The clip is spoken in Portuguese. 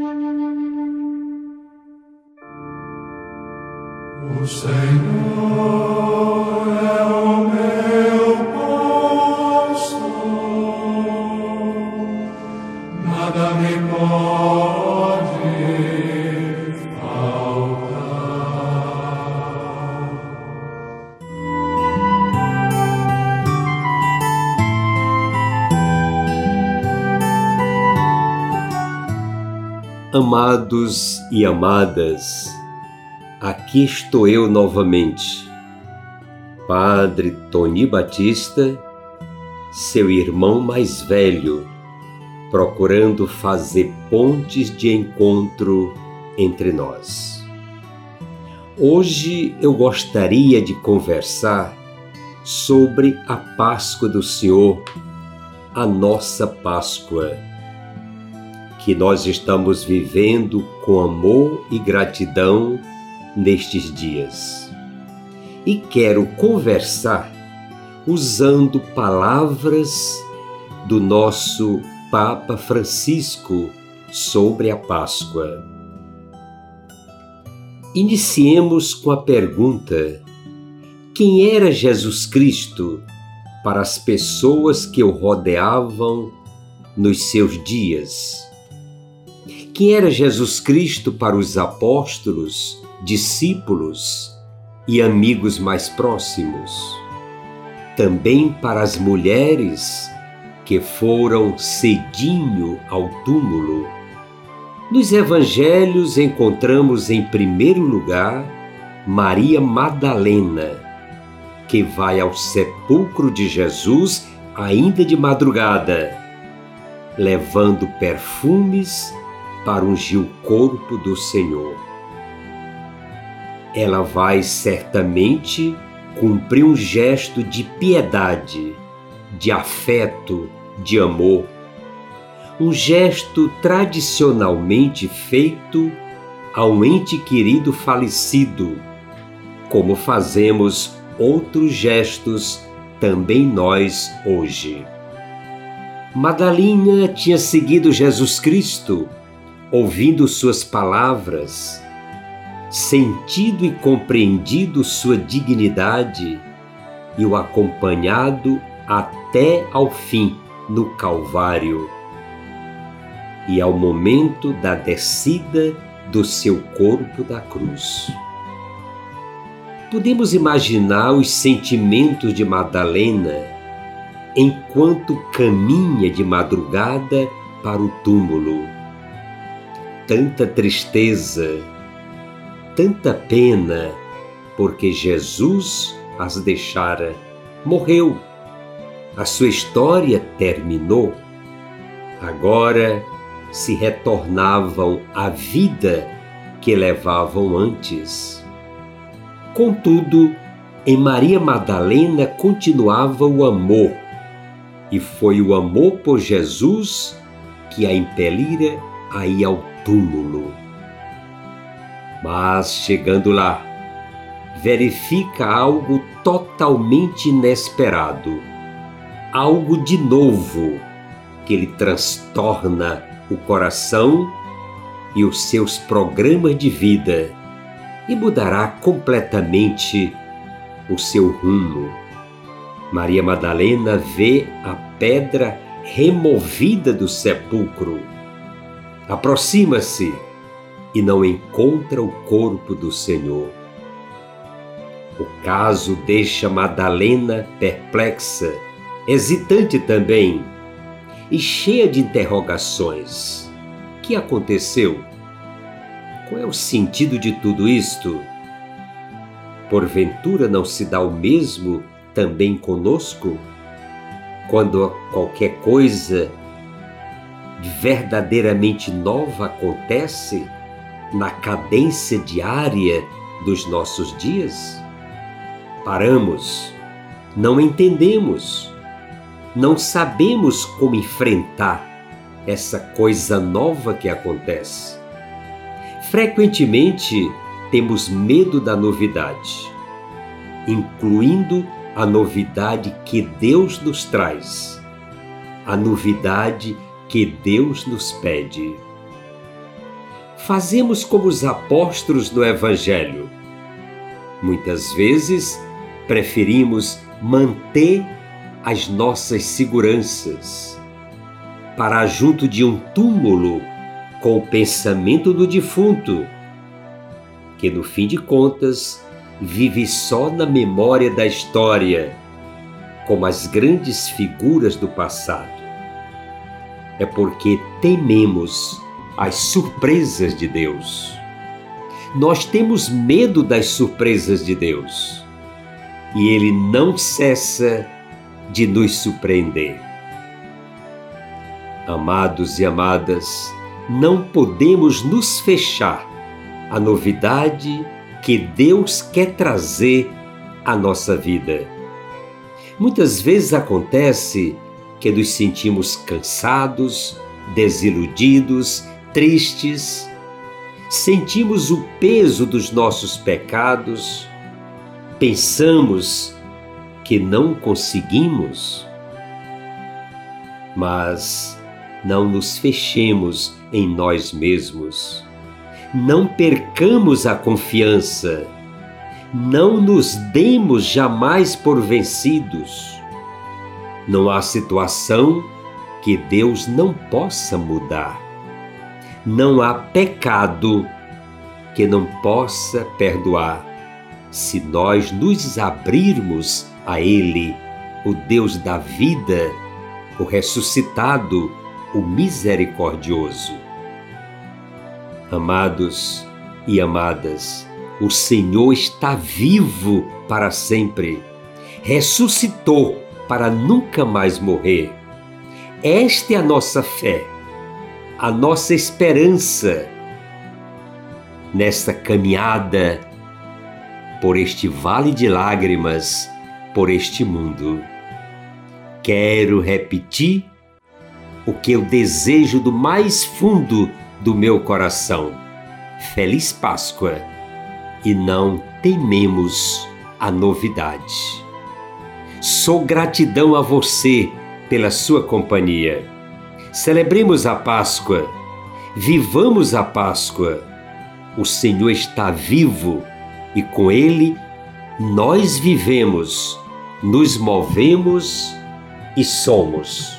O Senhor é o meu pastor, nada me pode faltar. Amados e amadas, aqui estou eu novamente, Padre Tony Batista, seu irmão mais velho, procurando fazer pontes de encontro entre nós. Hoje eu gostaria de conversar sobre a Páscoa do Senhor, a nossa Páscoa, que nós estamos vivendo com amor e gratidão nestes dias. E quero conversar usando palavras do nosso Papa Francisco sobre a Páscoa. Iniciemos com a pergunta: quem era Jesus Cristo para as pessoas que o rodeavam nos seus dias? Quem era Jesus Cristo para os apóstolos, discípulos e amigos mais próximos? Também para as mulheres que foram cedinho ao túmulo. Nos evangelhos encontramos em primeiro lugar Maria Madalena, que vai ao sepulcro de Jesus ainda de madrugada, levando perfumes para ungir o corpo do Senhor. Ela vai certamente cumprir um gesto de piedade, de afeto, de amor, um gesto tradicionalmente feito a um ente querido falecido, como fazemos outros gestos também nós hoje. Madalena tinha seguido Jesus Cristo, ouvindo suas palavras, sentido e compreendido sua dignidade e o acompanhado até ao fim no Calvário e ao momento da descida do seu corpo da cruz. Podemos imaginar os sentimentos de Madalena enquanto caminha de madrugada para o túmulo. Tanta tristeza, tanta pena, porque Jesus as deixara, morreu. A sua história terminou. Agora se retornavam à vida que levavam antes. Contudo, em Maria Madalena continuava o amor, e foi o amor por Jesus que a impelira a ir ao túmulo. Mas, chegando lá, verifica algo totalmente inesperado, algo de novo que lhe transtorna o coração e os seus programas de vida e mudará completamente o seu rumo. Maria Madalena vê a pedra removida do sepulcro. Aproxima-se e não encontra o corpo do Senhor. O caso deixa Madalena perplexa, hesitante também e cheia de interrogações. O que aconteceu? Qual é o sentido de tudo isto? Porventura não se dá o mesmo também conosco? Quando qualquer coisa verdadeiramente nova acontece na cadência diária dos nossos dias? Paramos, não entendemos, não sabemos como enfrentar essa coisa nova que acontece. Frequentemente temos medo da novidade, incluindo a novidade que Deus nos traz, a novidade que Deus nos pede. fazemos como os apóstolos do Evangelho. Muitas vezes preferimos manter as nossas seguranças, parar junto de um túmulo com o pensamento do defunto, que no fim de contas vive só na memória da história, como as grandes figuras do passado. É porque tememos as surpresas de Deus. Nós temos medo das surpresas de Deus e Ele não cessa de nos surpreender. Amados e amadas, não podemos nos fechar à novidade que Deus quer trazer à nossa vida. Muitas vezes acontece que nos sentimos cansados, desiludidos, tristes, sentimos o peso dos nossos pecados, pensamos que não conseguimos, mas não nos fechemos em nós mesmos, não percamos a confiança, não nos demos jamais por vencidos. Não há situação que Deus não possa mudar. Não há pecado que não possa perdoar, se nós nos abrirmos a Ele, o Deus da vida, o ressuscitado, o misericordioso. Amados e amadas, o Senhor está vivo para sempre. Ressuscitou para nunca mais morrer. Esta é a nossa fé, a nossa esperança nesta caminhada por este vale de lágrimas, por este mundo. Quero repetir o que eu desejo do mais fundo do meu coração. Feliz Páscoa, e não tememos a novidade. Sou gratidão a você pela sua companhia. Celebremos a Páscoa, vivamos a Páscoa. O Senhor está vivo e com Ele nós vivemos, nos movemos e somos.